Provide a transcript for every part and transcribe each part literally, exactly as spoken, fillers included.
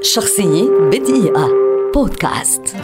شخصية بدقيقة بودكاست.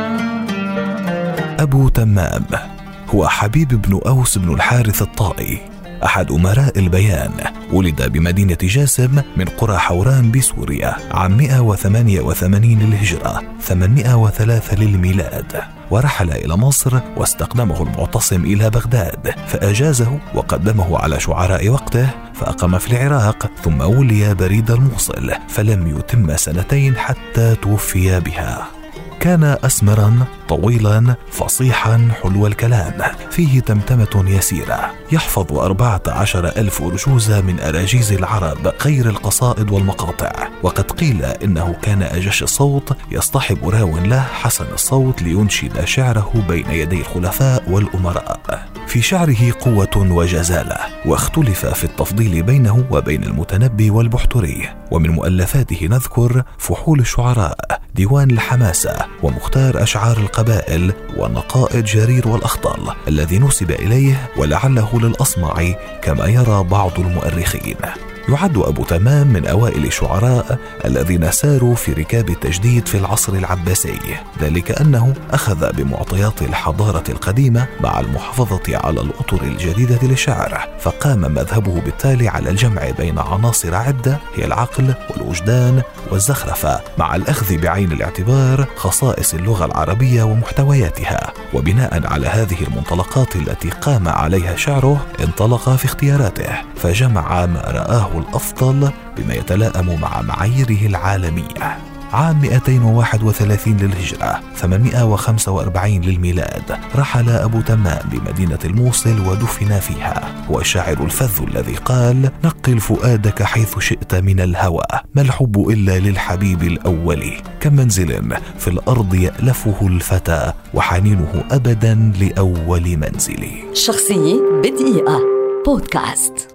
أبو تمام هو حبيب بن أوس بن الحارث الطائي، أحد أمراء البيان. ولد بمدينة جاسم من قرى حوران بسوريا عام مئة وثمانية وثمانين للهجرة ثمانمئة وثلاثة للميلاد، ورحل إلى مصر واستقدمه المعتصم إلى بغداد فأجازه وقدمه على شعراء وقته، فأقام في العراق ثم ولي بريد الموصل فلم يتم سنتين حتى توفي بها. كان أسمرا طويلا فصيحا حلو الكلام، فيه تمتمة يسيرة، يحفظ أربعة عشر ألف أرجوزة من أراجيز العرب غير القصائد والمقاطع. وقد قيل إنه كان أجش الصوت، يصطحب راو له حسن الصوت لينشد شعره بين يدي الخلفاء والأمراء. في شعره قوة وجزالة، واختلف في التفضيل بينه وبين المتنبي والبحتري. ومن مؤلفاته نذكر فحول الشعراء، ديوان الحماسة، ومختار أشعار القبائل، ونقائد جرير والأخطل الذي نسب إليه ولعله للأصمعي كما يرى بعض المؤرخين. يعد أبو تمام من أوائل الشعراء الذين ساروا في ركاب التجديد في العصر العباسي، ذلك أنه أخذ بمعطيات الحضارة القديمة مع المحافظة على الأطر الجديدة للشعر، فقام مذهبه بالتالي على الجمع بين عناصر عدة هي العقل والوجدان والزخرفة، مع الأخذ بعين الاعتبار خصائص اللغة العربية ومحتوياتها. وبناء على هذه المنطلقات التي قام عليها شعره انطلق في اختياراته، فجمع ما رآه الأفضل بما يتلائم مع معاييره العالمية. عام مئتين وواحد وثلاثين للهجرة ثمانمئة وخمسة وأربعين للميلاد رحل أبو تمام بمدينة الموصل ودفن فيها. هو الشاعر الفذ الذي قال: نقل فؤادك حيث شئت من الهوى، ما الحب إلا للحبيب الأول، كم منزل في الأرض يألفه الفتى، وحنينه أبدا لأول منزل. شخصية بدقيقة بودكاست.